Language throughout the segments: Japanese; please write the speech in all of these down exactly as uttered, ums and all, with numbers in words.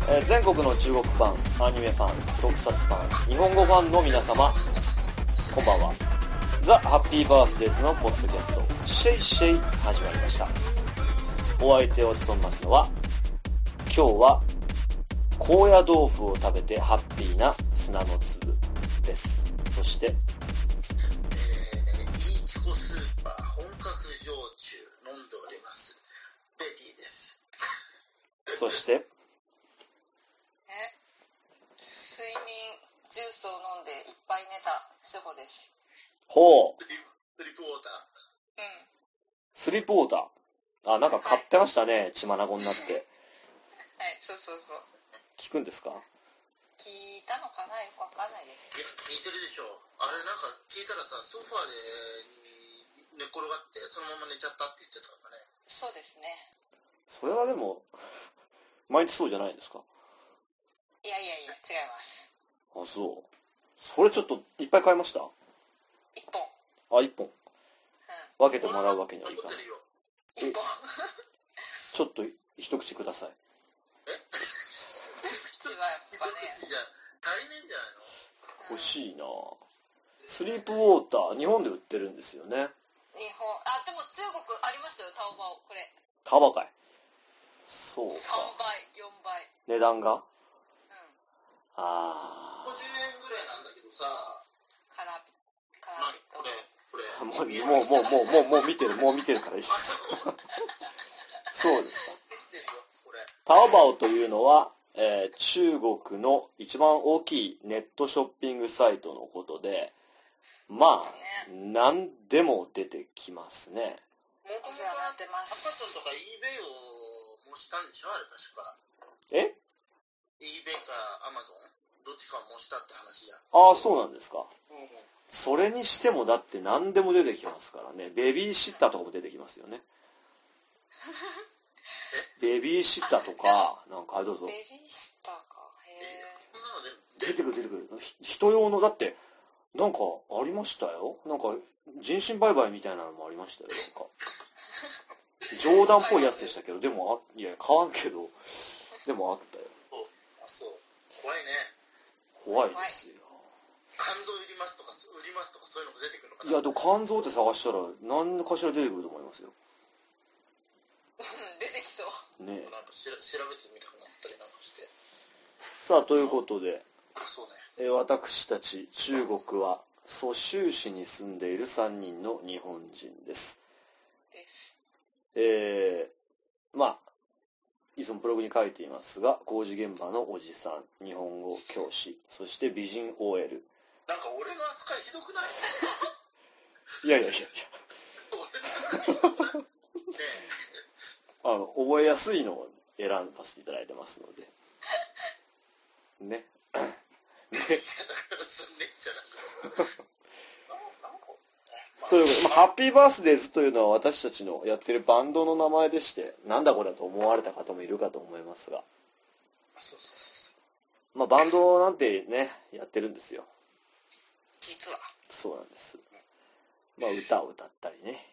えー、全国の中国ファン、アニメファン、特撮ファン、日本語ファンの皆様、こんばんは。ザ・ハッピーバースデーズのポッドキャスト、シェイシェイ始まりました。お相手を務めますのは、今日は高野豆腐を食べてハッピーな砂の粒です。そして、えー、 イーチコスーパー本格焼酎飲んでおりますベティです。 そして睡眠ジュースを飲んでいっぱい寝た志保です。 ほう。 スリップウォーター。 うん。 スリップウォーター。あ、なんか買ってましたね、はい、血まなごになって。 はい、そうそうそう。 聞くんですか？ 聞いたのかな、よくわかんないです。 いや、聞いてるでしょ。あれなんか聞いたらさ、ソファーで寝っ転がってそのまま寝ちゃったって言ってたからね。 そうですね。それはでも毎日そうじゃないですか？ いやいやいや、違います。 あ、そう。それちょっといっぱい買いました？ いっぽあ、 ん。 いっぽん。うん。分けてもらうわけにはいかない。 いっぽん。 ちょっと一口ください。 え？一口じゃ足りねえんじゃないの？ 欲しいなぁ。スリープウォーター、日本で売ってるんですよね。 日本、あ、でも中国ありましたよ、タオバオ、これ。 タバかい。そうか。 さんばい、よんばい。 値段が？ あーごじゅうえんぐらいなんだけどさ、 カラビカラビこれこれもうもうもうもうもうもう見てるもう見てるからいいですそうですか。タオバオというのは、えー、中国の一番大きいネットショッピングサイトのことで、まあ、ね、何でも出てきますね。 お世話になってます。 アマゾンとか eBay を模したんでしょ、あれ確か。 え eBay か Amazon どっちかを模したって話や。 ああ、そうなんですか。 うんうん、 それにしてもだって何でも出てきますからね。ベビーシッターとかも出てきますよね。ベビーシッターとか、なんか、はい、どうぞ。 ベビーシッターか。へぇー。出てくる出てくる。人用の、だって、なんかありましたよ。なんか、人身売買みたいなのもありましたよ。なんか。冗談っぽいやつでしたけど、でも、あ、いや、買わんけど、でもあったよ。 あ、そう。怖いね。 怖いですよ。 肝臓売りますとか、売りますとかそういうのも出てくるのかな。 いや、でも肝臓って探したら、何かしら出てくると思いますよ。 出てきそう。 ね。 なんかしら調べてみたくなったりなんかして。 さあ、ということで、 そうね、 え私たち中国は蘇州市に住んでいるさんにんの日本人です。 です。 えー、まあ、いつもブログに書いていますが、工事現場のおじさん、日本語教師、そして美人 オーエル。 なんか俺の扱いひどくない？ いやいやいやいや。 俺の扱いひどくない？ねあの、覚えやすいのを選ばせていただいてますので。ね。ね。 だからすんねえじゃなくて。 ということで、まあ、ハッピーバースデーズというのは私たちのやってるバンドの名前でして、なんだこれと思われた方もいるかと思いますが。 そうそうそうそう。 まあ、バンドなんてね、やってるんですよ。 実は。 そうなんです。まあ、歌を歌ったりね。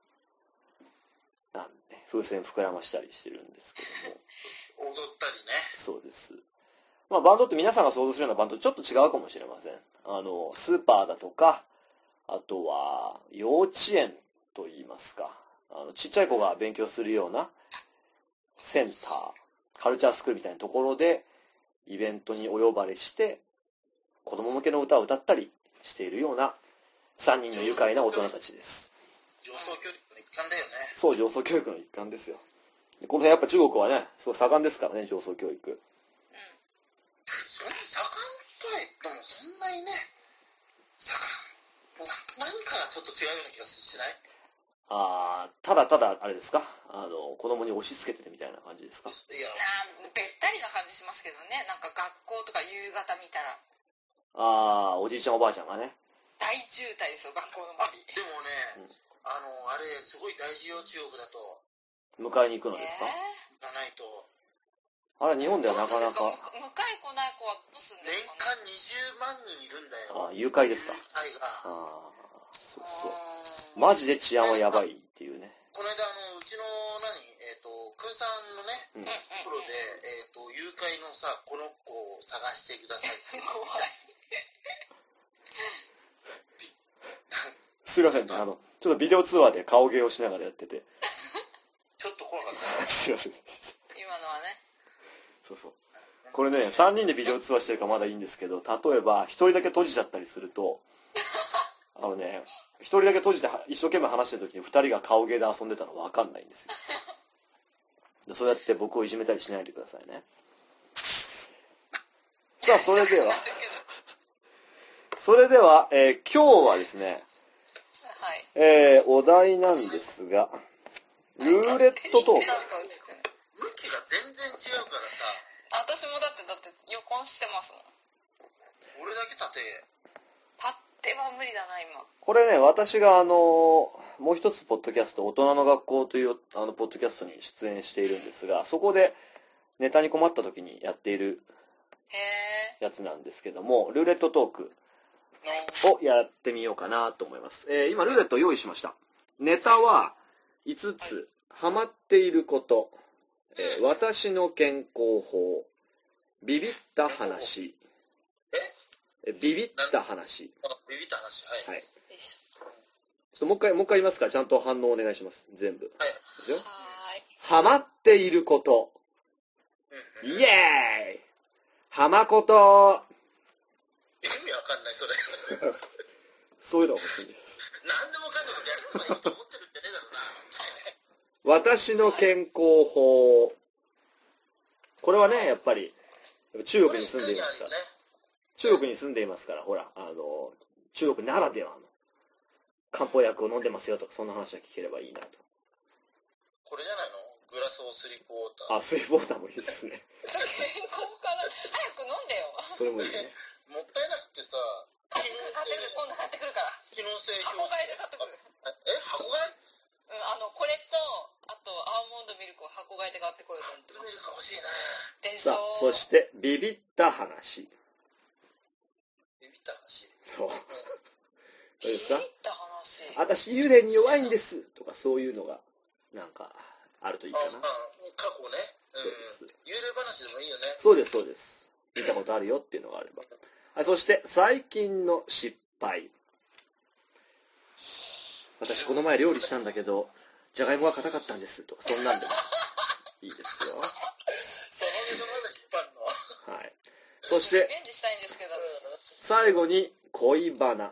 なんね、風船膨らましたりしてるんですけども。踊ったりね。 そうです。まあ、バンドって皆さんが想像するようなバンドとちょっと違うかもしれません。あの、スーパーだとか、あとは、幼稚園といいますか、あの、ちっちゃい子が勉強するようなセンター、カルチャースクールみたいなところで、イベントにお呼ばれして、子供向けの歌を歌ったりしているようなさんにんの愉快な大人たちです。 上層教育の一環だよね。 そう、上層教育の一環ですよ。この辺やっぱ中国はね、すごい盛んですからね、上層教育。うん。 そん盛んとは言ってもそんなにね、盛ん。何からちょっと違うような気がしない？ ああ、ただただあれですか、あの子供に押し付けてるみたいな感じですか？いや、べったりな感じしますけどね。なんか学校とか夕方見たら。 ああ、おじいちゃんおばあちゃんがね。 大渋滞ですよ、学校の周り。 でもね、うん、あのあれすごい大事よ、中国だと。 迎えに行くのですか？ えー、行かないと。 あれ日本ではなかなか。 迎え来ない子はどうするんですかね？ 年間にじゅうまんにんいるんだよ。 ああ、誘拐ですか？ 誘拐が。 ああ、そうそう。マジで治安はやばいっていうね。 この間あのうちの何えっ、ー、と君さんのね、うん、ところでえっ、ー、と誘拐のさ、この子を探してくださいっていう。 怖い。 すいませんね、あの、ちょっとビデオ通話で顔芸をしながらやってて。 ちょっと怖かったね。 すいません。 今のはね。 そうそう。これね、さんにんでビデオ通話してるからまだいいんですけど、例えば、ひとりだけ閉じちゃったりすると、あのね、ひとりだけ閉じて一生懸命話してる時にふたりが顔芸で遊んでたの分かんないんですよ。でそうやって僕をいじめたりしないでくださいね。さあ、それでは、それでは、えー今日はですね、 はい。 えーお題なんですが、ルーレットトーク。 向きが全然違うからさ、 私もだって、だって横してますもん。 俺だけ縦。 立っては無理だな、今。 これね、私があの、もう一つポッドキャスト、大人の学校というあのポッドキャストに出演しているんですが、そこでネタに困った時にやっているへやつなんですけども、ルーレットトークー。 をやってみようかなと思います。えー今、ルーレットを用意しました。ネタはいつつ、ハマっていること、えー私の健康法、ビビった話、えビビった話。 あ、ビビった話。はい。 はい。 よいしちょっともう一回、もう一回言いますから、ちゃんと反応お願いします。全部。 はい。 ですよ。 ょはーい。 ハマっていること。 うんうん。 イエーイハマこと。 意味わかんない、それ。 そういうのが欲しいんです。 何でもかんでも略すのはいいと思ってるんじゃねえだろうな。 私の健康法。これはね、やっぱり、中国に住んでいますから。中国に住んでいますから、ほら、あの、中国ならではの漢方薬を飲んでますよとか、そんな話が聞ければいいなと。 これじゃないの？グラスオースリップウォーター。 あ、水ボーターもいいですね。 健康かな。早く飲んでよ。 それもいいね。 もったいなくてさ、 買ってくる、買ってくる、今度買ってくるから。 機能性箱買いで買ってくる。 え、箱買い？ うん、あの、これと、あと、アーモンドミルクを箱買いで買ってこようと思ってミルます。 ク欲しいね。 でしょさあ、そして、ビビった話。 ビビった話。 そう。どうですか？ ビビった話。 私、幽霊に弱いんですとか、そういうのが、なんか、あるといいかあ、 な。 まあ、過去ね。うん。 そうです。 幽霊話でもいいよね。 そうです、そうです。見たことあるよっていうのがあれば。はい、そして、最近の失敗。私、この前料理したんだけど、じゃがいもが硬かったんですとか、そんなんでもいいですよ。 その目のまで引っ張るの。 はい。そして、 便利したいんですけど。うん最後に、恋バナ。 うん。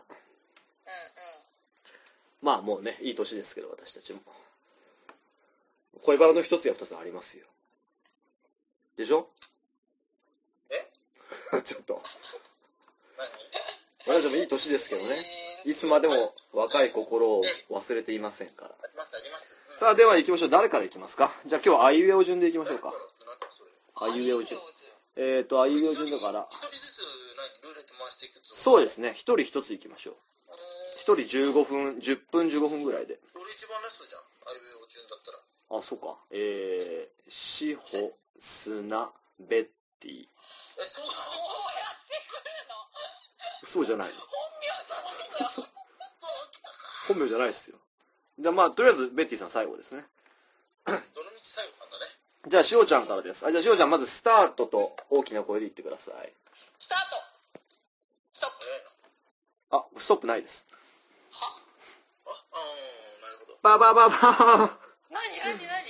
まあ、もうね、いい年ですけど、私たちも。恋バナの一つや二つありますよ。でしょ？ えちょっと。 何？ 私たちもいい年ですけどね。いつまでも若い心を忘れていませんから。 あります、あります。うん、 さあ、では行きましょう。誰から行きますか？じゃあ今日はあいうえお順で行きましょうか。 なんだそれ。 あいうえお順。えーと、あいうえお順だから。 一人ずつ何ルーレット回していくってこと？ そうですね。一人一つ行きましょう。 う一人じゅうごふん、じゅっぷんじゅうごふんぐらいで。 俺一番ラストじゃん。あいうえお順だったら。 あ、そうか。えー、しほ、すな、べってぃ。 え、そうこうやってくるの？ そうじゃないの。 本名じゃないじゃん。 本名じゃないですよ。じゃあまあ、とりあえず、ベッティさん最後ですね。 どの道最後なんだね。 じゃあ、しおちゃんからです。あ、じゃあ、しおちゃん、まずスタートと大きな声で言ってください。 スタート。ストップ。 えあ、ストップないです。 は？ あ、あー、なるほど。 ババババーン何何何？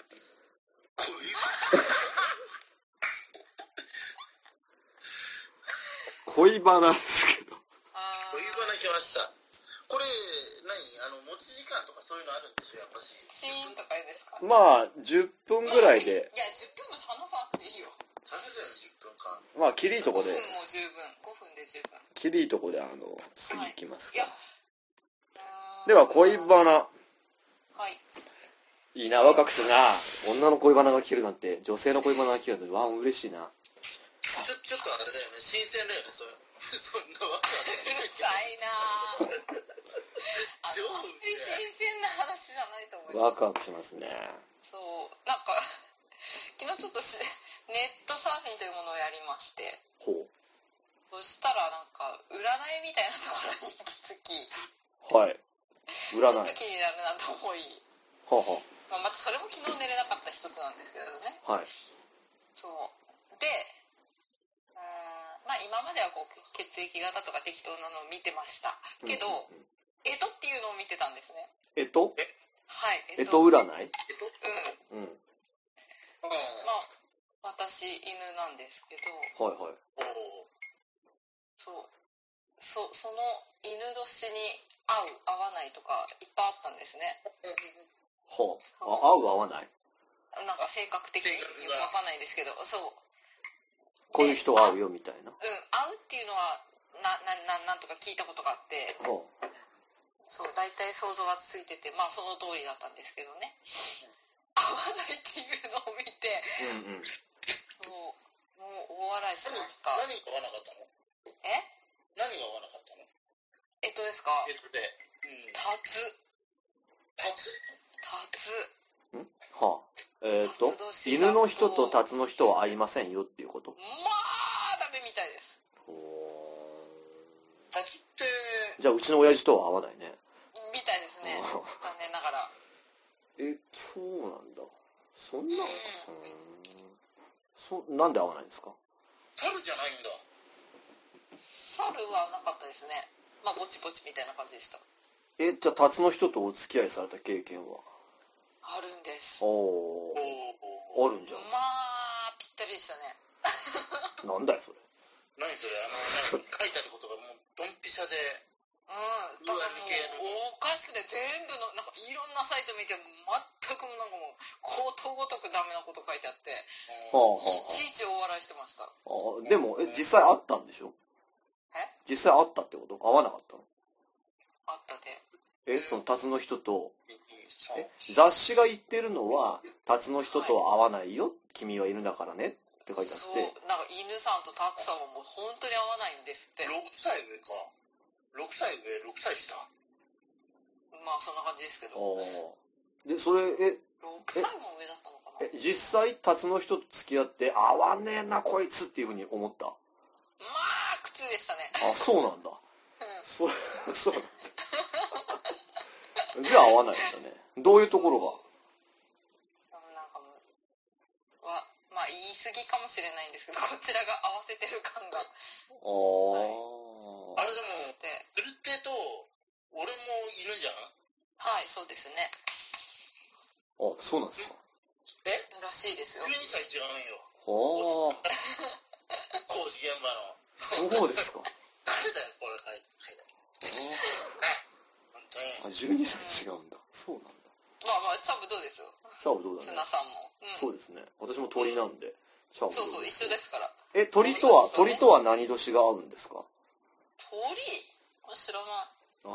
恋バナですけど。 あ恋バナ来ました。これ、何あの、持ち時間とかそういうのあるんでしょやっぱし。 シーンとかいいですか？ まあ、じゅっぷんぐらいで、 いや、じゅっぷんも話さなくていいよ。 話せるじゅっぷんかん。 まあ、きりいいとこごふんで、 も十分。ごふんで十分。 きりいいとこで、あの、次行きますいやか。では、恋バナ。 はい。 いいな、ワクワクするな。女の恋バナが聞けるなんて、女性の恋バナが聞けるなんて、わあ、嬉しいな。 ちょ、ちょっとあれだよね。新鮮だよね、それ。そんなわけうるさいなぁ。あの、あんまり新鮮な話じゃないと思います。 ワクワクしますね。 そう、なんか、昨日ちょっとしネットサーフィンというものをやりまして、 ほう。 そしたらなんか、占いみたいなところに行き着き、 はい。 ち占い。 ょっと気になるなと思い、 はあ、はまあ、またそれも昨日寝れなかった一つなんですけどね。 あ、はい。 そう。で、 まあ今まではこう血液型とか適当なのを見てましたけど、 うんうんうん、 干支っていうのを見てたんですね。 干支？ はい、 干支占い？ うん。 うん。 まあ私犬なんですけど、 はいはい。 そうそその犬年に合う合わないとかいっぱいあったんですね。 はあ、あ合う合わない？ なんか性格的によくわかんないですけど、そう。 こういう人合うよみたいな。うん、 合うっていうのはななななんとか聞いたことがあって、はあ、そう大体想像はついてて、まあその通りだったんですけどね。合わないっていうのを見て、うんうん、もうもう大笑いしました。 何が合わなかったの？ え？ 何が合わなかったの？ えっとですか？ えっとで、うん、 タツ。 タツ？ タツ。 ん？はあ。えー、っと犬の人とタツの人は合いませんよっていうこと？ まあダメみたいです。 タツってじゃあうちの親父とは合わないね。 みたいですね。残念ながら。 え、そうなんだ。そんなの、うん、そなんで合わないんですか？ 猿じゃないんだ。 猿はなかったですね。まあぼちぼちみたいな感じでした。 え、じゃあタツの人とお付き合いされた経験は？ あるんです。 おー、あるんじゃん。 まあぴったりでしたね。 なんだよそれ。 何それ、あの書いてあることがもうドンピシャで、 うん、だからもうおかしくて全部のなんかいろんなサイト見ても全くもなんかもうことごとくダメなこと書いてあって、はあはあ、いちいち大笑いしてました。あでもえ実際あったんでしょ？ え？ 実際あったってこと？合わなかったの？ あったで。 え、そのタツの人と、え、雑誌が言ってるのはタツの人とは合わないよ、はい、君は犬だからねって書いてあって、そうなんか犬さんとタツさんはもう本当に合わないんですって。 ろくさい上か。ろくさい上、ろくさい下。 まあそんな感じですけど。 でそれえろくさいも上だったのかな。 え実際タツの人と付き合って合わねえなこいつっていうふうに思った？まあ苦痛でしたね。 あそうなんだ。それそうなんだ。じゃあ合わないんだね。どういうところが？ なんかもうわまあ言い過ぎかもしれないんですけど、こちらが合わせてる感が。ああ、 はい、あれでもグルテと俺も犬じゃん。 はい、そうですね。 あ、そうなんですか。 えらしいですよ。 じゅうにさい違うんよ。 はあ。 工事現場の。 そうですか。 誰だよこれ書いて。 あ、じゅうにさい違うんだ。そうなんだ。 まあまあ、チャブどうですよ。 チャブどうだね。 ツナさんも、うん。 そうですね。私も鳥なんで、チャブどうです。 そうそう、一緒ですから。 え、鳥とは、鳥とは何年が合うんですか？ 鳥知らない。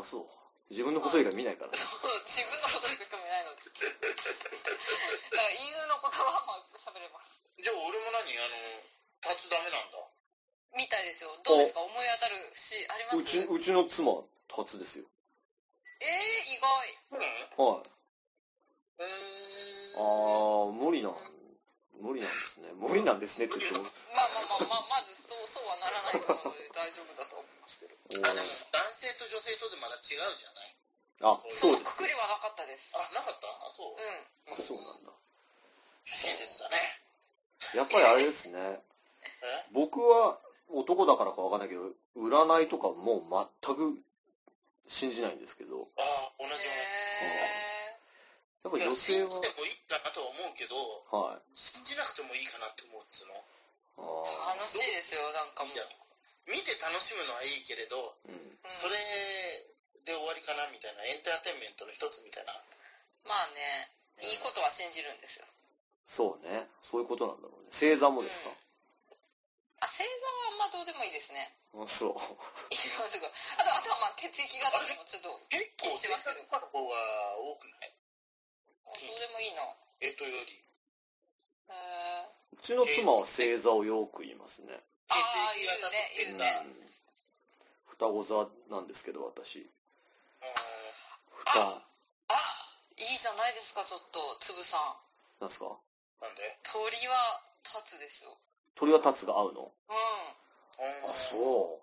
あ、そう。自分のこと以外見ないからね。 そう、自分のことしか見ないので。だから犬のことはまあ喋れます。 じゃあ俺も何あの、タツダメなんだ。 みたいですよ。どうですか？思い当たるし、あります？ うち、うちの妻、タツですよ。 えー、意外。 はい。 うーあー、 ん。 無理なん、無理なんですね。無理なんですねって言っても。 まあまあまあまあ、まずそう、そうはならないと思うので大丈夫だと思いますけど。 あ、でも男性と女性とでまだ違うじゃない？ あ、そうです。 くくりはなかったです。 あ、なかった？あ、そう。 うん。 あ、そうなんだ。 親切だね。 やっぱりあれですね。僕は男だからかわかんないけど、占いとかもう全く信じないんですけど。 ああ、同じもやっぱり女性は。 信じてもいいかなとは思うけど、はい、信じなくてもいいかなって思うっつうの。 あ楽しいですよ、なんかもう。 見て楽しむのはいいけれど、うん、それで終わりかなみたいな、エンターテインメントの一つみたいな。 まあね、いいことは信じるんですよ。 そうね、そういうことなんだろうね。星座もですか？うん、 あ、星座はあんまどうでもいいですね。 あ、そう。 あと、あとはまあ血液型でもちょっと気にしますけど。 結構星座の方が多くない？ どうでもいいな。 えとより。 へー。 うちの妻は星座をよく言いますね。 ああ、言うね、言うね。うん、 双子座なんですけど、私。 双。あ、あ、いいじゃないですか、ちょっと、つぶさん。 なんすか？ なんで？ 鳥は立つですよ。 鳥は立つが合うの？ うん。 あ、そう。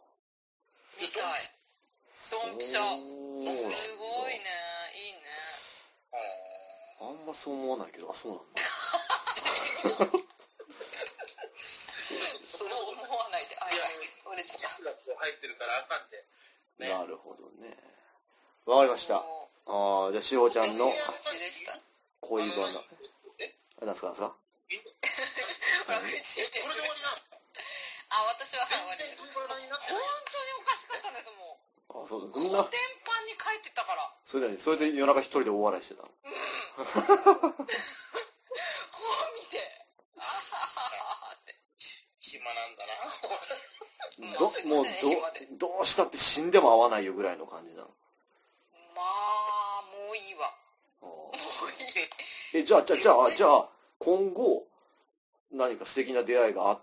みたい。ドンピシャ。すごいね、いいね。 あんまそう思わないけど、あ、そうなんだ。 そう思わないで、あいや漏れてた。 がこう入ってるからあかんで。 ね、なるほどね。わかりました。ああ、じゃあ、しほちゃんの恋バナ。え何すか何すかこれで終わりな。 あ、私は全然恋バナになってない。 本当におかしかったんですもん。 あ、そうだ。 コテンパンに書いてたから。 それで、それで夜中一人で大笑いしてたの。 うん。こう見て、あはははって。 暇なんだな。 ど、もうど、どうしたって死んでも会わないよぐらいの感じなの。 まあ、もういいわ。もういい。 え、じゃあ、じゃあ、じゃあ、じゃあ、今後、何か素敵な出会いがあって、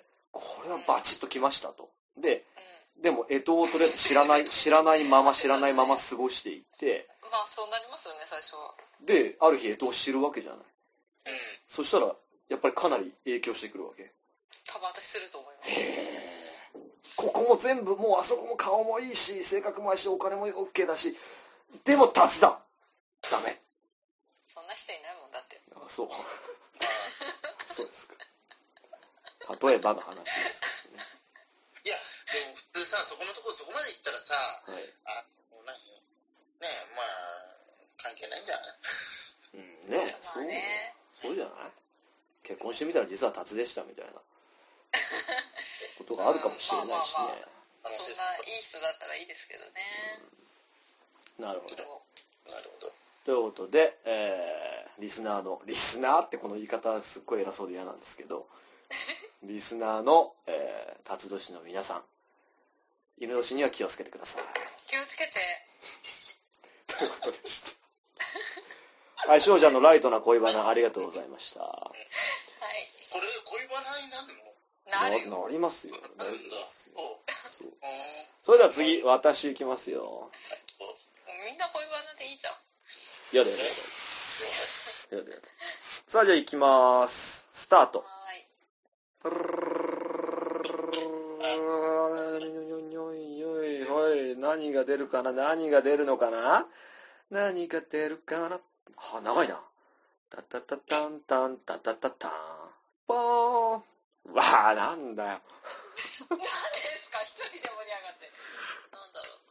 これはバチッときましたと。で、うん、でも、干支をとりあえず知らない、知らないまま、知らないまま過ごしていって、 まあ、そうなりますよね、最初は。 で、ある日干支を知るわけじゃない。 うん。 そしたら、やっぱりかなり影響してくるわけ。 多分私すると思います。 へー。ここも全部、もうあそこも顔もいいし、性格もいいし、お金も OK だし、でも達だ。ダメ。 そんな人いないもんだって。 あ、そう。そうですか。例えばの話ですけどね。 いや、でも普通さ、そこのところそこまで行ったらさ、はい、あ、もう何ねえ、まあ、関係ないんじゃない？ うんね、そうね。そうじゃない？結婚してみたら実は達でしたみたいなことがあるかもしれないしね。 うん、まあまあまあ、そんないい人だったらいいですけどね。 うん、なるほど。 なるほど。 ということで、えー、リスナーの、リスナーってこの言い方すっごい偉そうで嫌なんですけど、リスナーの、えー、辰年の皆さん、犬年には気をつけてください。 気をつけて。 ということでした。はい、しおちゃんのライトな恋バナありがとうございました。はい。 これ恋バナになるの？ なるよ。 なりますよ。 なるんだ。 そう。それでは次、私行きますよ。 みんな恋バナでいいじゃん。 やだやだやだ。やだやだ。さあ、じゃあ行きまーす。スタート。はい。何が出るかな何が出るのかな何が出るかなは、長いな。タタタタンタンタタタタン。ポーン。わあ、なんだよ。 何ですか一人で盛り上がって。なんだろう。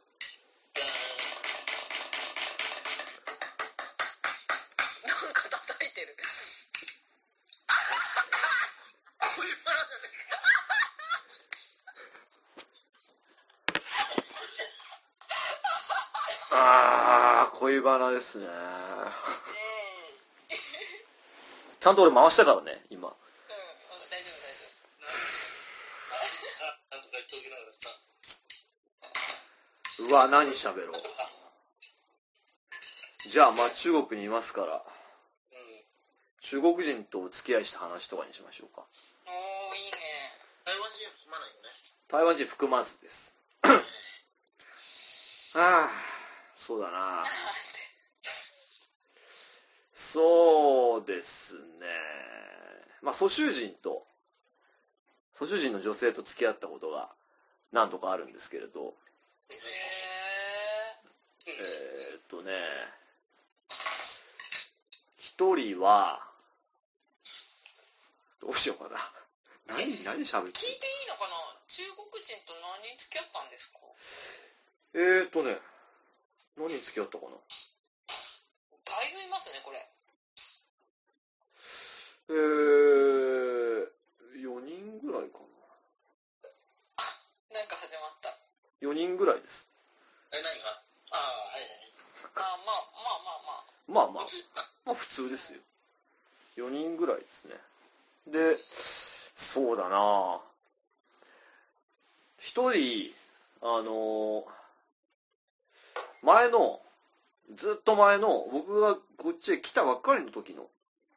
なんか叩いてる。 あー、恋バナですね。ちゃんと俺回したからね、今。うん、 大丈夫大丈夫。うわ、何喋ろう。じゃあ、まあ中国にいますから、うん、中国人とお付き合いした話とかにしましょうか。 おー、いいね。 台湾人含まないよね。 台湾人含まずです。ああ、そうだな。そうですね。まあ、蘇州人と、蘇州人の女性と付き合ったことが何とかあるんですけれど、 へー。えーっとね、一人は、どうしようかな。何、何喋って。 聞いていいのかな？中国人と何人付き合ったんですか？ えーっとね、何人付き合ったかな。 だいぶいますね、これ。 えー、よにんぐらいかな。 あ、なんか始まった。 よにんぐらいです。 え、何が？ああ、はいはい。 あ、まあ、まあまあまあ。 まあまあ、まあ普通ですよ。よにんぐらいですね。で、そうだな一人、あの、前の、ずっと前の、僕がこっちへ来たばっかりの時の、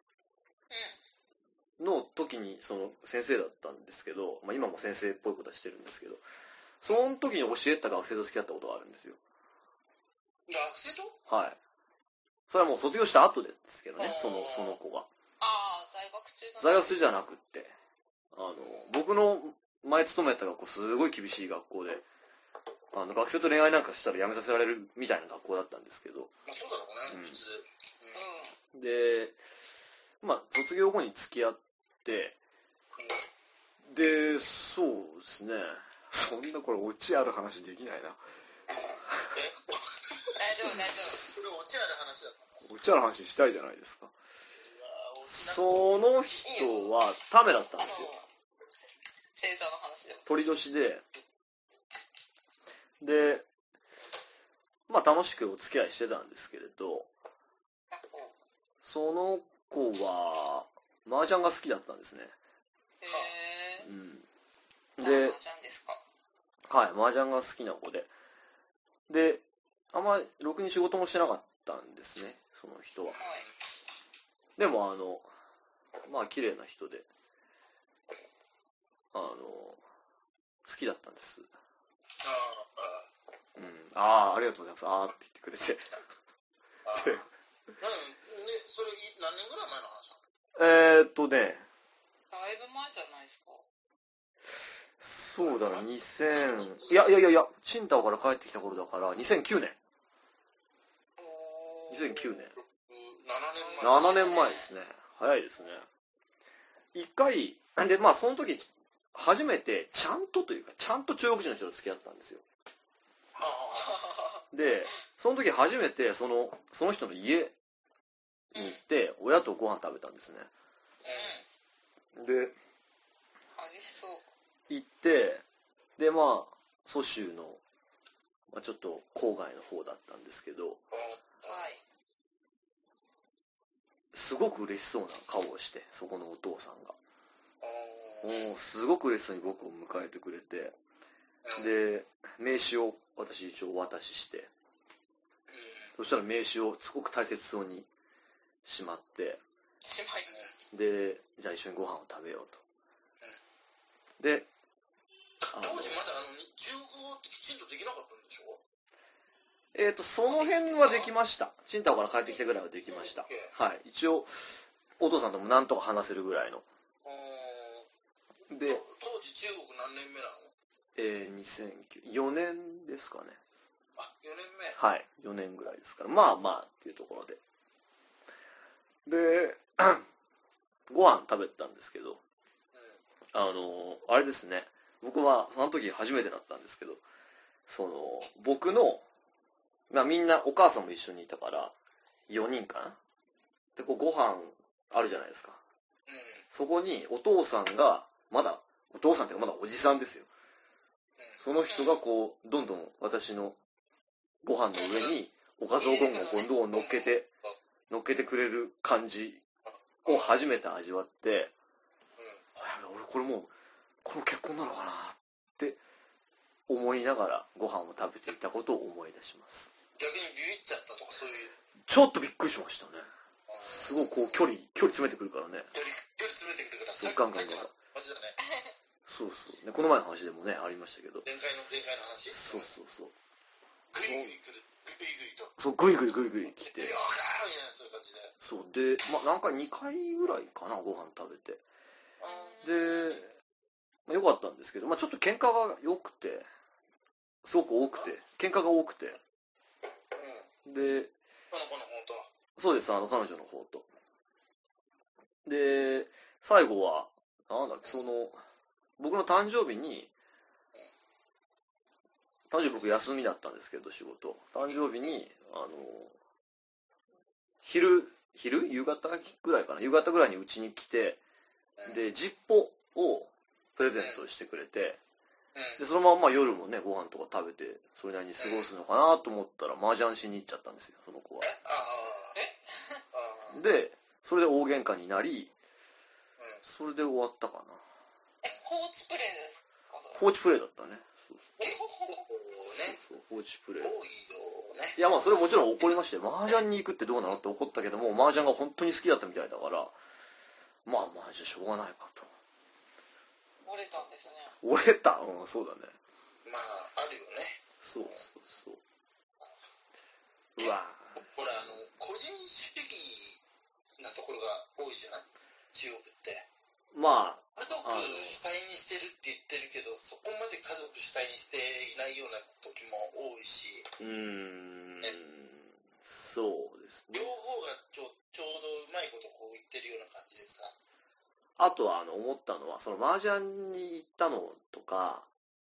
うん、の時に、その先生だったんですけど、まあ今も先生っぽいことはしてるんですけど、その時に教えた学生と付き合ったことがあるんですよ。 学生と？ はい。それはもう卒業した後ですけどね、その、その子が。 ああ、在学中じゃなくて。 在学中じゃなくって、あの、僕の前勤めた学校、すごい厳しい学校で、あの、学生と恋愛なんかしたら辞めさせられるみたいな学校だったんですけど。 まあそうだろうね、普通。 うん。で、まあ、卒業後に付き合って、で、そうですね、 そんなこれオチある話できないな。 え大丈夫大丈これオチある話だったの？ オチある話したいじゃないですか。 いやーオチなその人はタメだったん夫。あのですよ。 星座の話でも。 鳥年で、で、まあ楽しくお付き合いしてたんですけれど、その子は麻雀が好きだったんですね。 へえ。 うん。 で、 で、 麻雀ですか。 はい、麻雀が好きな子で。で、あんまりろくに仕事もしてなかったんですね、その人は。 はい。 でも、あの、まあ、綺麗な人で、あの、好きだったんです。 ああ、あうん。ああ、ありがとうございます。あーって言ってくれて。 あ、ああ。 でうん、で、それい何年ぐらい前の話なの？ えーっとね、 だいぶ前じゃないですか。 そうだな、にせん、いやいやいやいや、チンタオから帰ってきた頃だから、にせんきゅうねん。 おーにせんきゅうねん。 ななねんまえ。 ななねんまえですね。早いですね。一回、で、まあ、その時、初めて、ちゃんとというか、ちゃんと中国人の人と付き合ったんですよ。 はあ、 で、その時初めて、その、その人の家に行って、親とご飯食べたんですね。 うん。 で、 激しそう。 行って、で、まあ、蘇州の、まあ、ちょっと郊外の方だったんですけど、 はい。 すごく嬉しそうな顔をして、そこのお父さんが。 あもうすごく嬉しそうに僕を迎えてくれて、 あ、 で、名刺を私一応お渡しして、そしたら名刺をすごく大切そうにしまって、 しまい。 で、じゃあ一緒にご飯を食べようと。で、あの当時まだあの中国語ってきちんとできなかったんでしょ？ えっと、その辺はできました。チンタオから帰ってきてぐらいはできました。はい。一応、お父さんともなんとか話せるぐらいの。 あーで、 と当時中国何年目なの？ えー、にせんきゅう、よねんですかね。 あ、よねんめ。 はい。よねんぐらいですから。まあまあ、っていうところで。で、ご飯食べたんですけど、あの、あれですね。僕はその時初めてだったんですけど、その、僕の、まあみんなお母さんも一緒にいたから、よにんかな。で、こうご飯あるじゃないですか。 うん。うん。 そこにお父さんが、まだ、お父さんっていうかまだおじさんですよ。その人がこう、どんどん私のご飯の上におかずをどんどんこうどんどん乗っけて、乗っけてくれる感じを初めて味わって、 うん。 俺これもう、この結婚なのかなって思いながらご飯を食べていたことを思い出します。 逆にビビっちゃったとかそういう。 ちょっとびっくりしましたね。すごいこう距離、距離詰めてくるからね。 距離、距離詰めてくるから、 そうガンガンガンガンマジだね。 そうそう。ね、この前の話でもね、ありましたけど。 前回の前回の話。 そうそうそう。 グイグイ来る。グイグイと。 そう、グイグイグイグイ来て。 よーかーみたいなそういう感じで。 そう。で、まあなんかにかいぐらいかな、ご飯食べて。で、まあ、よかったんですけど、まあちょっと喧嘩が良くて、すごく多くて、喧嘩が多くて。 うん。 で、 この子の本当。 そうです、あの、彼女の方と。で、最後は、なんだっけ、その、僕の誕生日に、誕生日僕休みだったんですけど、仕事。誕生日に、あの、昼、昼夕方ぐらいかな夕方ぐらいにうちに来て、で、ジッポをプレゼントしてくれて、で、そのまんま夜もね、ご飯とか食べて、それなりに過ごすのかなと思ったら、麻雀しに行っちゃったんですよ、その子は。 ああ。 で、それで大喧嘩になり、 うん。 それで終わったかな。 え、放置プレイですか？ 放置プレイだったね。そうそう。 結構ね。 そうそう、放置プレイ。 多いよね。 いや、まあ、それもちろん怒りまして、麻雀に行くってどうなのって怒ったけども、麻雀が本当に好きだったみたいだから、まあまあ、じゃあしょうがないかと。 折れたんですね。 折れたうん、そうだね。 まあ、あるよね。 そうそうそう。うわぁ。 ほら、あの、個人主義なところが多いじゃない中国って。 まあ、 家族主体にしてるって言ってるけど、そこまで家族主体にしていないような時も多いし、 うーん、 ね、 そうですね。 両方がちょちょうどうまいことこう言ってるような感じでさ。 あとは、あの、思ったのは、その麻雀に行ったのとか、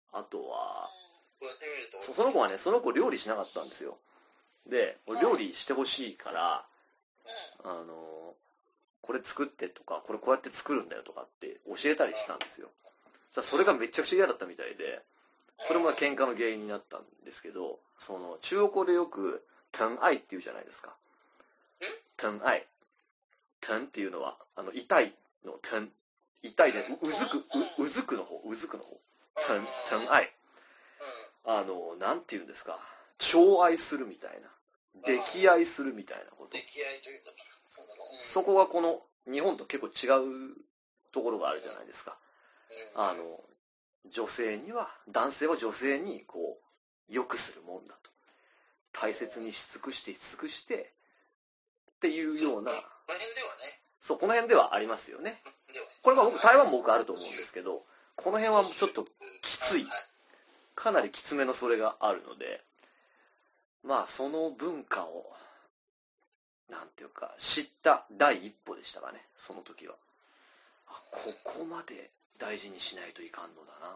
あとは、 こうやってみるとそその子はね、その子料理しなかったんですよ。で、俺料理してほしいから、あの、これ作ってとか、これこうやって作るんだよとかって教えたりしたんですよ。さそれがめちゃくちゃ嫌だったみたいで、それも喧嘩の原因になったんですけど、その中国語でよく疼愛って言うじゃないですか。疼愛。疼っていうのはあの痛いの疼、痛いでううずくううずくの方、うずくの方。疼疼愛。あのなんていうんですか。寵愛するみたいな、溺愛するみたいなこと。 溺愛というか、そうだろう。 そこがこの日本と結構違うところがあるじゃないですか。あの女性には男性は女性にこう良くするもんだと、大切にし尽くしてし尽くしてっていうような、 この辺ではね、 そうこの辺ではありますよね。これは僕台湾も僕あると思うんですけど、この辺はちょっときつい、かなりきつめのそれがあるので、まあその文化をなんていうか知った第一歩でしたかね、その時は。あ、ここまで大事にしないといかんのだなって。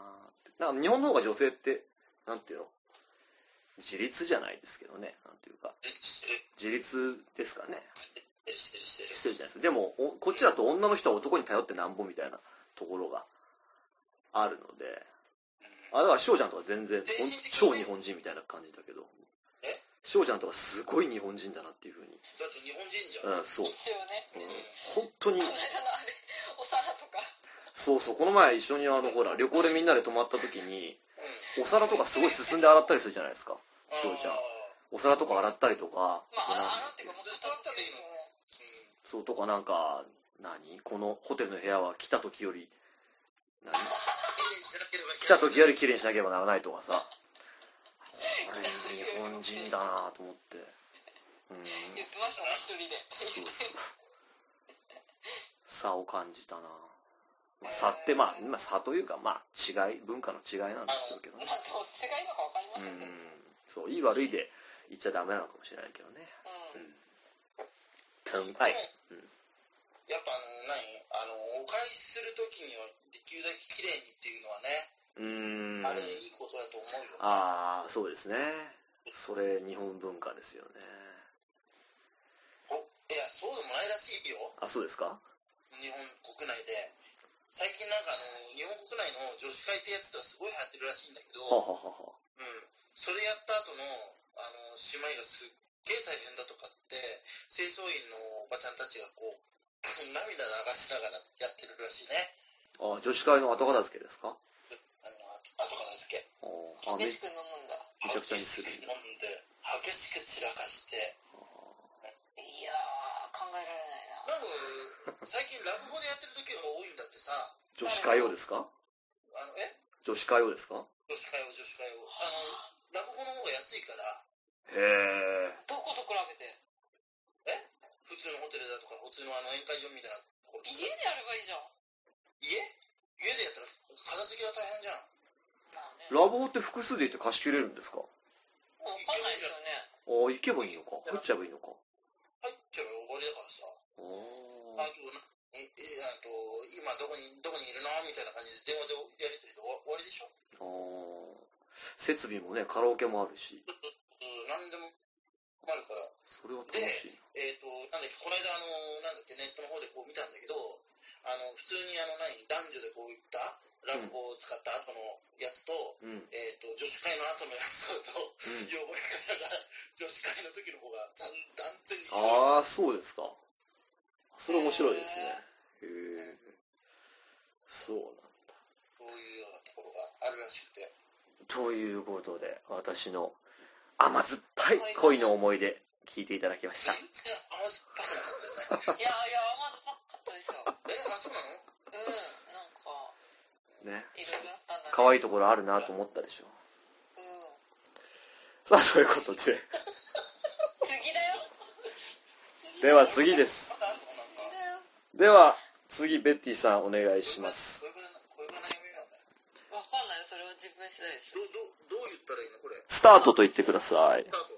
なんか日本の方が女性ってなんていうの、自立じゃないですけどね、なんていうか自立ですかね。してるじゃないですか。でもこっちだと女の人は男に頼ってなんぼみたいなところがあるので、あだから翔ちゃんとか全然超日本人みたいな感じだけど、翔ちゃんとかすごい日本人だなっていうふうに。 だって日本人じゃん。 うん、そう。 一応ね。 うん、本当に。 この間のあれ、お皿とか。 そうそう、この前一緒にあのほら旅行でみんなで泊まった時に、うん、お皿とかすごい進んで洗ったりするじゃないですか、翔ちゃん。お皿とか洗ったりとか。 まあ洗うっていうかもうずっと洗ったらいいの。 そうとかなんか何このホテルの部屋は来た時より何来た時より綺麗にしなければならないとかさ。これ日本人だなと思って、 うん、言ってましたね一人で。そうそう差を感じたな、まあ、差ってまあ、まあ、差というかまあ違い、文化の違いなんでしょうけどね。 まあどっちがいいのか分かりませんけど、うん、 そういい悪いで言っちゃダメなのかもしれないけどね。うん、うん、はい、うん、 やっぱあの何あのお返しするときにはできるだけ綺麗にっていうのはね、うーん、あれいいことだと思うよ、ね。 ああ、そうですね。それ日本文化ですよね。 お、いやそうでもないらしいよ。 あ、そうですか。 日本国内で最近なんかあの日本国内の女子会ってやつがすごい流行ってるらしいんだけど、 はははは、 うん、それやった後のあの姉妹がすっげえ大変だとかって清掃員のおばちゃんたちがこう涙流しながらやってるらしいね。 あ、女子会の後片付けですか。 あの後片付け。 あ、激しく飲むんだ。 めちゃくちゃにする。 飲んで激しく散らかして。 いやー考えられないな。 多分最近ラブホでやってる時が多いんだってさ。 女子会をですか。 あのえ？ 女子会をですか。 女子会を女子会を。あのラブホの方が安いから。 へえ。 どこと比べて？ え？普通のホテルだとか普通のあの宴会場みたいなところ。 家でやればいいじゃん。 家？家でやったら片付けが大変じゃん。 まあね、ラブホって複数で行って貸し切れるんですか。 わかんないですよね。 ああ、行けばいいのか。入っちゃえばいいのか。 入っちゃえば終わりだからさ。あとええあと今どこにどこにいるのみたいな感じで電話でやり取りで終わりでしょ。 ああ。設備もね、カラオケもあるし。 何でもあるから。 それは楽しい。 えっ、ー、となんだっけこの間あのなんだっけネットの方でこう見たんだけど、あの普通にあの何男女でこういったラブホを使った後のやつと、うん、えっ、ー、と女子会の後のやつと、うん、汚れ方が女子会の時の方が断然に。 ああ、そうですか。それ面白いですね。へえ。そうなんだ。 そういうようなところがあるらしくて。 ということで、私の甘酸っぱい恋の思い出聞いていただきました。 全然甘酸っぱくなかったですね。 いやいや甘酸っぱかったですよ。 え、あ、そうなの？ うん、なんかね。 いろいろあったんだね。 可愛いところあるなと思ったでしょ。 うん。 さあ、ということで。 次だよ。 では次です。では次ベッティさんお願いします。 これがこれが悩みなんだよ。 わかんない。それは自分次第です。 どどどう言ったらいいのこれ。 スタートと言ってください。 スタート。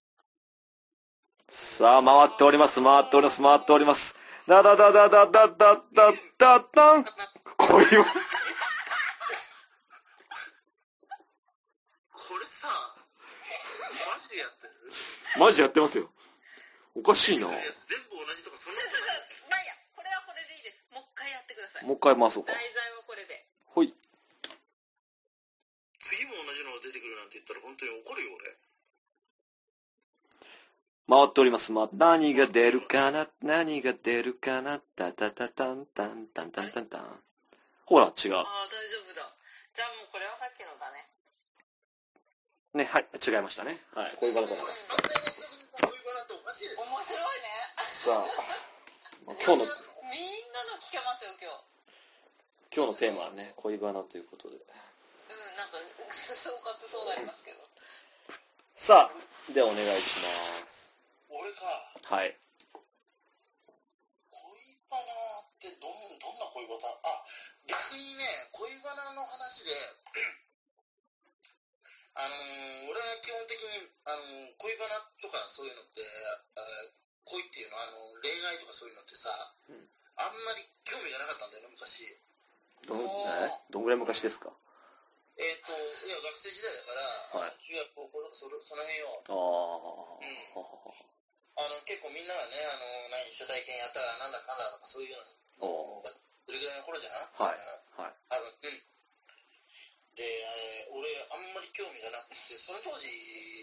さあ回っております回っております回っております。ダダダダダダダダダダン。恋はこれさ、マジでやってる？ マジでやってますよ。おかしいな。 全部同じとかそんなことない。 まあいいや、これはこれでいいです。もう一回やってください。 もう一回回そうか。 題材はこれで。 ほい。 次も同じのが出てくるなんて言ったら本当に怒るよ俺。 回っております。ま、何が出るかな、何が出るかな、タタタタンタンタンタンタンタン。ほら、違う。 ああ、大丈夫だ。じゃあもうこれはさっきのだね。 ね、はい、違いましたね。はい、恋バナとなります。 さんかい連続で恋バナっておかしいです。 面白いね。 さあ、まあ、今日の、 みんなの聞けますよ、今日。 今日のテーマはね、恋バナということで。 うん、なんか、総括そうなりますけど。 さあ、ではお願いします。 俺か。 はい。 恋バナってどん、どんな恋バナ？あ、逆にね、恋バナの話で、あのー、俺は基本的に、あのー、恋バナとかそういうのって、恋っていうのは、あのー、恋愛とかそういうのってさ、うん、あんまり興味がなかったんだよね、昔。 どん、えどんぐらい昔ですか？ えっ、ー、と、いや、学生時代だから、はい、中学、高校とかそ、その辺よ。 ああ。 うん。あの、結構みんながね、あの、何、初体験やったらなんだかんだとかそういうのが、それぐらいの頃じゃん？はい。はい。多分、うん。で、えー、俺、あんまり興味がなくて、その当時、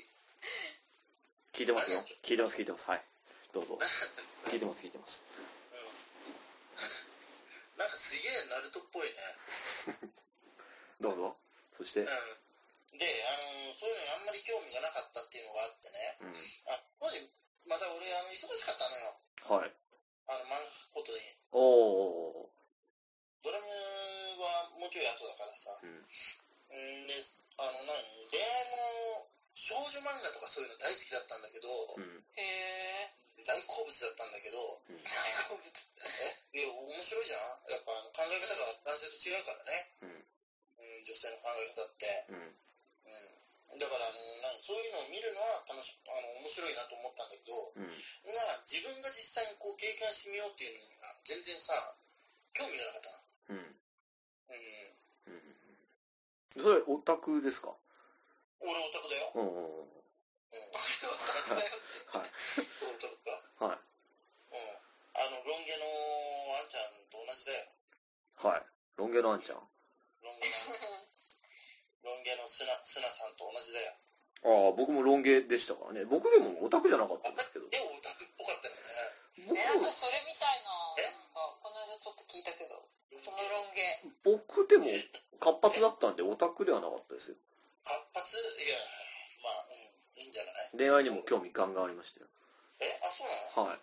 聞いてますよ。聞いてます、聞いてます。はい。どうぞ。聞いてます、聞いてます。 うん。なんかすげえナルトっぽいね。 どうぞ。そして。うん。 で、あの、そういうのにあんまり興味がなかったっていうのがあってね。うん。あ、当時、また俺、あの、忙しかったのよ。はい。あの、漫画描くことに。おー。ドラムはもうちょい後だからさ。うん。んで、あの、何恋愛もの、少女漫画とかそういうの大好きだったんだけど、うん、へー。大好物だったんだけど、うん、大好物えいや、面白いじゃん。やっぱあの考え方が男性と違うからね。うん。うん、女性の考え方って。うん。うん。だからあの、何そういうのを見るのは楽し、あの、面白いなと思ったんだけど、うん。が、自分が実際にこう経験してみようっていうのが全然さ、興味がなかったな。うん。うん。うん。 それ、オタクですか？ 俺オタクだよ。うんうんうん。うん。俺オタクだよって。はい。オタクか。はい。うん。あの、ロン毛のあんちゃんと同じだよ。 はい。ロン毛のあんちゃん。 ロン毛の、ロン毛のスナ、スナさんと同じだよ。 ああ、僕もロン毛でしたからね。僕でもオタクじゃなかったんですけど。 え、オタクっぽかったよね。 え、なんかそれみたいな。え？なんか、この間ちょっと聞いたけど。そのロン毛。 僕でも活発だったんでオタクではなかったですよ。 活発？いや、まあ、うん、いいんじゃない？ 恋愛にも興味ガンガンありましたよ。 え、あ、そうなの？はい。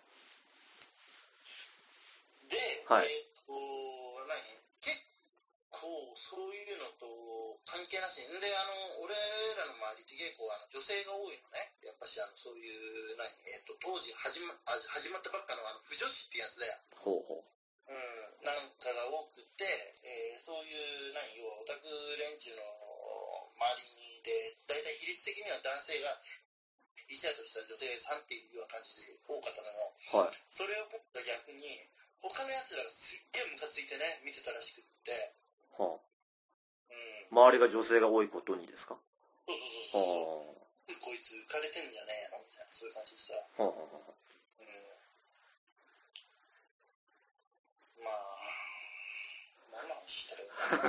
で、はい、えっと、何？結構そういうのと関係なしに、で、あの、俺らの周りって結構あの女性が多いのね。やっぱしあの、そういう、何？えっと、当時始ま、始まったばっかのあの、不女子ってやつだよ。ほうほう。うん、なんかが多くて、えー、そういう何要はオタク連中の周りで大体比率的には男性がいちだとしたら女性さんっていうような感じで多かったのよ。はい。それを僕が逆に他のやつらがすっげえムカついてね見てたらしくって。はあ。うん。周りが女性が多いことにですか？そうそうそうそう。はあ。こいつ浮かれてんじゃねえのみたいなそういう感じでさ。はあはあ。うん。まあ。何の話してる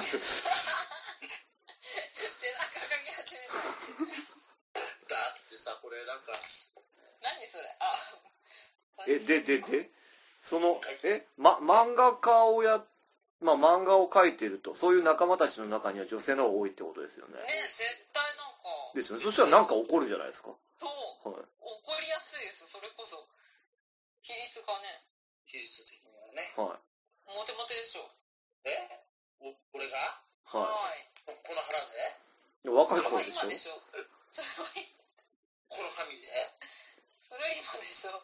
背中かき始めた。だってさ、これなんか。 何それ？あ。 え、で、で、で、その、え、ま、漫画家をや、まあ漫画を描いてると、そういう仲間たちの中には女性の方が多いってことですよね。 ね、絶対なんか。 ですよね。そしたらなんか起こるじゃないですか。 そう。はい。起こりやすいです。それこそ。比率がね。 比率的にはね。はい。 モテモテでしょ。 え？お、俺が？はい。この腹で若い頃でしょ。 それは今でしょ。それは今。 この髪で？ それは今でしょ。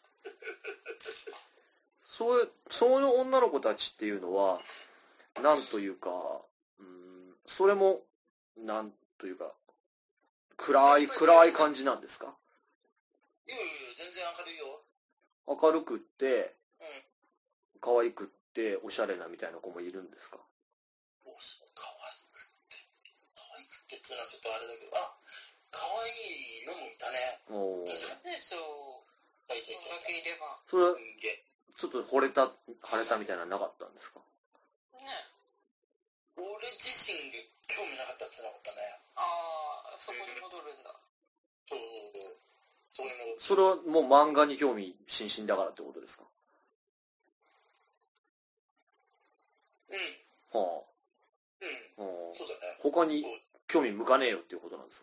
そういう、そういう女の子たちっていうのは、なんというか、うん、それも、なんというか、暗い、暗い感じなんですか？ いやいやいや、全然明るいよ。 明るくって、うん。可愛くって、おしゃれなみたいな子もいるんですか？ お、可愛くって。可愛くってっっていうのはちょっとあれだけど、あ、可愛いのもいたね。 おー。 確かに。 でしょう。 大体そんだけいれば。 それは、 人間。 ちょっと惚れた、腫れたみたいなのなかったんですか？ ね。 俺自身で興味なかったってなかったね。 ああ、そこに戻るんだ。 そうそうそう。そこに戻って。 それはもう漫画に興味津々だからってことですか？ うん。 はうん。 あ。はあ。 そうだね。 他に興味向かねえよっていうことなんですか？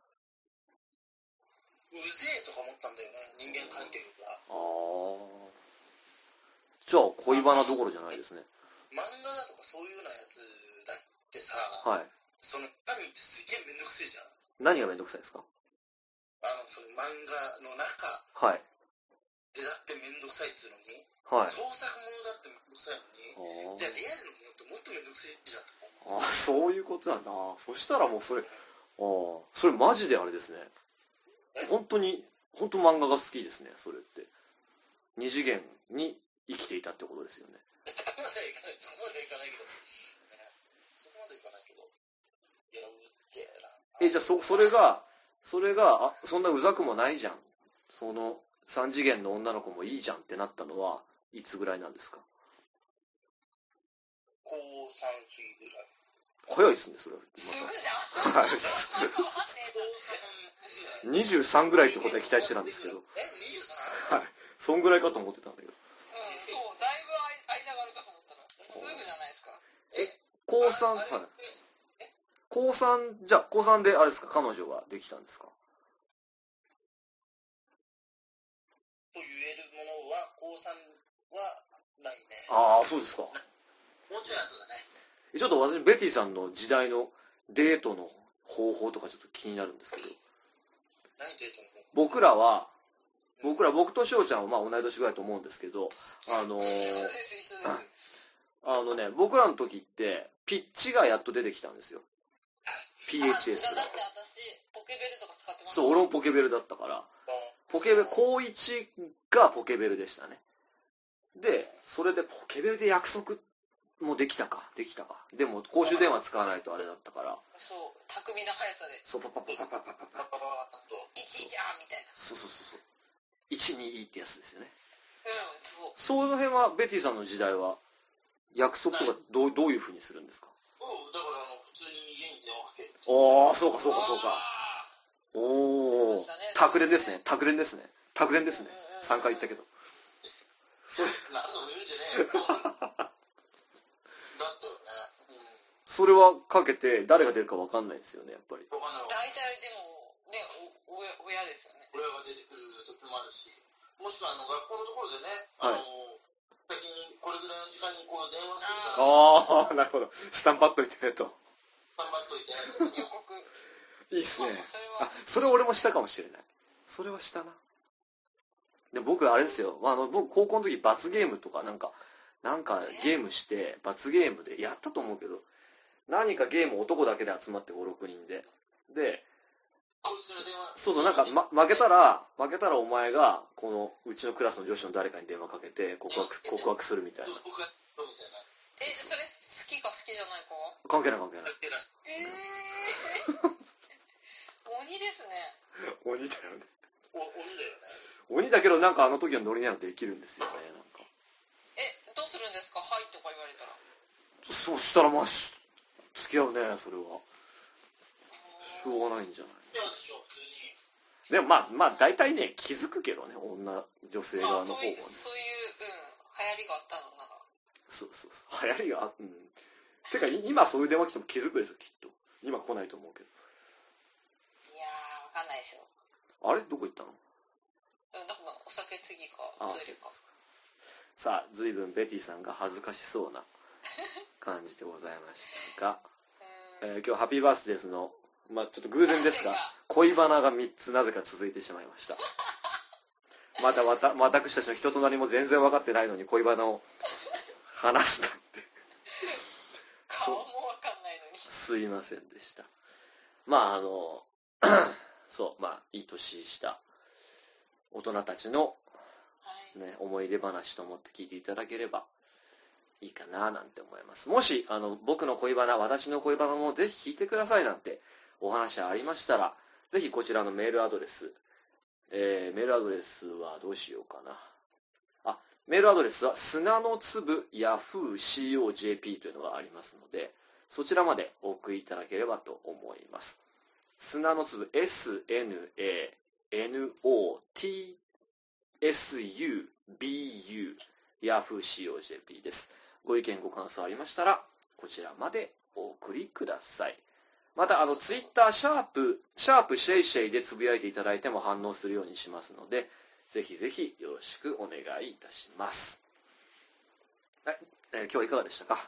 うぜえとか思ったんだよね、人間関係が。 ああ。じゃあ恋バナどころじゃないですね。 漫画だとかそういうようなやつだってさ、 はい。 その中身ってすげえめんどくせえじゃん。 何がめんどくさいですか？ あの、その漫画の中はい。 でだってめんどくさいっつうのに、 はい。 創作ものだってめんどくさいのに、じゃあリアルのものってもっとめんどくせえじゃんとか思う。 ああ、そういうことなんだ。そしたらもうそれ、ああ、それマジであれですね。本当に、本当漫画が好きですね、それって。二次元に生きていたってことですよね。 そこまではいかない、そこまではいかないけど、ね、そこまではいかないけど、いや、うっせえな。 え、じゃあそ、それが、それが、あ、そんなうざくもないじゃん。その、三次元の女の子もいいじゃんってなったのは、いつぐらいなんですか？ 高さん過ぎぐらい。 早いですね、それは。 すぐじゃん。 はい。 高さんにじゅうさんぐらいってことは期待してたんですけど。 え、にじゅうさん? はい。そんぐらいかと思ってたんだけど。 うん、そう、だいぶ間があるかと思ったら、すぐじゃないですか。 え、高さん、はい。高さん、じゃあ、高さんで、あれですか、彼女ができたんですか？ と言えるものは、高さんはないね。 ああ、そうですか。 もうちょい後だね。 ちょっと私、ベティさんの時代のデートの方法とかちょっと気になるんですけど。 何デートの方法？ 僕らは、僕ら、僕と翔ちゃんはまあ同い年ぐらいと思うんですけど、あのー、 一緒です、一緒です。 あのね、僕らの時って、ピッチがやっと出てきたんですよ。ピーエイチエス が。 だって私、ポケベルとか使ってました。 そう、俺もポケベルだったから、ポケベル、高いちがポケベルでしたね。で、それでポケベルで約束もできたか、できたか。でも、公衆電話使わないとあれだったから。 そう、巧みな速さで。 そう、パパパパパパパパ。 いちいちゃんみたいな。 そうそうそうそう。いちにいってやつですよね。 うん、そそう。 の辺は、ベティさんの時代は、約束とかどう、どういう風にするんですか？ そう、だからあの、普通に家に電話かける。 ああ、そうかそうかそうか。おお、卓連ですね、卓連ですね。卓連ですね。さんかい言ったけど。 それ、なんとも言うんじゃねえよ。だったよね。うん。 それはかけて、誰が出るか分かんないですよね、やっぱり。 わかんないわ。 大体でも、ね、お、親、親ですよね。 親が出てくる時もあるし、もしくはあの、学校のところでね、 はいあの、先にこれぐらいの時間にこう電話するから、 ああ、なるほど。スタンパっといてねと。 頑張っといて。 予告。 いいっすね。 それはあ、それ俺もしたかもしれない。それはしたな。で、僕、あれですよ。あの、僕、高校の時、罰ゲームとか、なんか、なんかゲームして、罰ゲームで、やったと思うけど、何かゲーム男だけで集まってご、ろくにんで。で、 こいつの電話。 そうそう、なんか、ま、負けたら、負けたらお前が、この、うちのクラスの女子の誰かに電話かけて、告白、告白するみたいな。 僕が、みたいな。 え、それ好きか好きじゃないか関係ない関係ない。 えー、鬼ですね。 鬼だよね。 お鬼だよね。 鬼だけど、なんかあの時のノリならできるんですよね、なんか。 え、どうするんですか？はいとか言われたら。 そしたらまあ、し付き合うね、それは。しょうがないんじゃない。 いやでしょ、普通に。 でもまあ、まあ大体ね、気づくけどね、女、女性側の方はね。 そういう、そういう、うん、流行りがあったのなら。 そうそうそう。流行りが、うん。てか、今そういう電話来ても気づくでしょ、きっと。今来ないと思うけど。 いやー、わかんないですよ。 あれどこ行ったの？ だからお酒次か、 あトイレか。 さあ、随分ベティさんが恥ずかしそうな感じでございましたが、えー、今日ハッピーバースデーズの、まあちょっと偶然ですが、恋バナがみっつなぜか続いてしまいました。まだわた私たちの人となりも全然分かってないのに恋バナを話すなんて。 顔もわかんないのに。 すいませんでした。まああの、そう、まあいい年した大人たちの、ね、思い出話と思って聞いていただければいいかななんて思います。もしあの僕の恋バナ、私の恋バナもぜひ聞いてくださいなんてお話ありましたら、ぜひこちらのメールアドレス、えー、メールアドレスはどうしようかな。あ、メールアドレスは砂の粒 ヤフー シーオージェーピー というのがありますので、そちらまでお送りいただければと思います。砂の粒 エスエヌエーエヌオーティーエスユービーユー ヤフー シーオージェーピー です。ご意見ご感想ありましたらこちらまでお送りください。またあのツイッターシャープシャープシェイシェイでつぶやいていただいても反応するようにしますので、ぜひぜひよろしくお願いいたします。はい、えー、今日はいかがでしたか？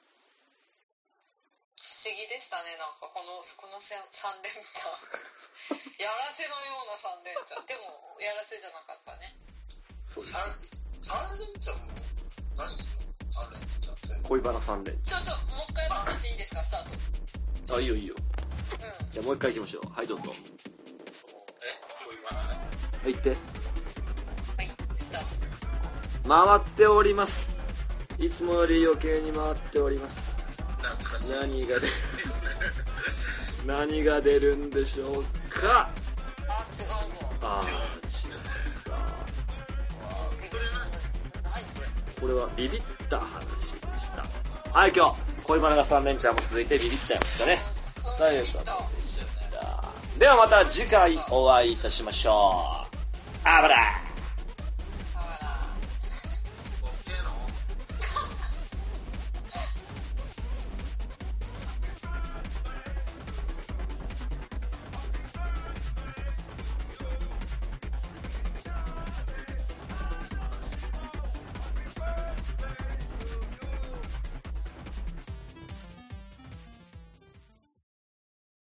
不思議でしたね。なんかこのこのさん連チャンやらせのようなさん連チャンでもやらせじゃなかったね。 そうですね。 さん連チャンも何さん連チャンって恋バナさん連チャン。 ちょちょもう一回やっていいですか？スタート。 あ、いいよいいよ。 うん。 じゃあもう一回行きましょう。はいどうぞ。 え恋バナね。 はい、行って。 はいスタート。 回っております。いつもより余計に回っております。何が出る何が出るんでしょうか。 あ、違うわ。 あー、違った。これはビビった話でした。はい、今日恋バナがさん連チャンも続いてビビっちゃいましたね。ということでした。ではまた次回お会いいたしましょう。あばら。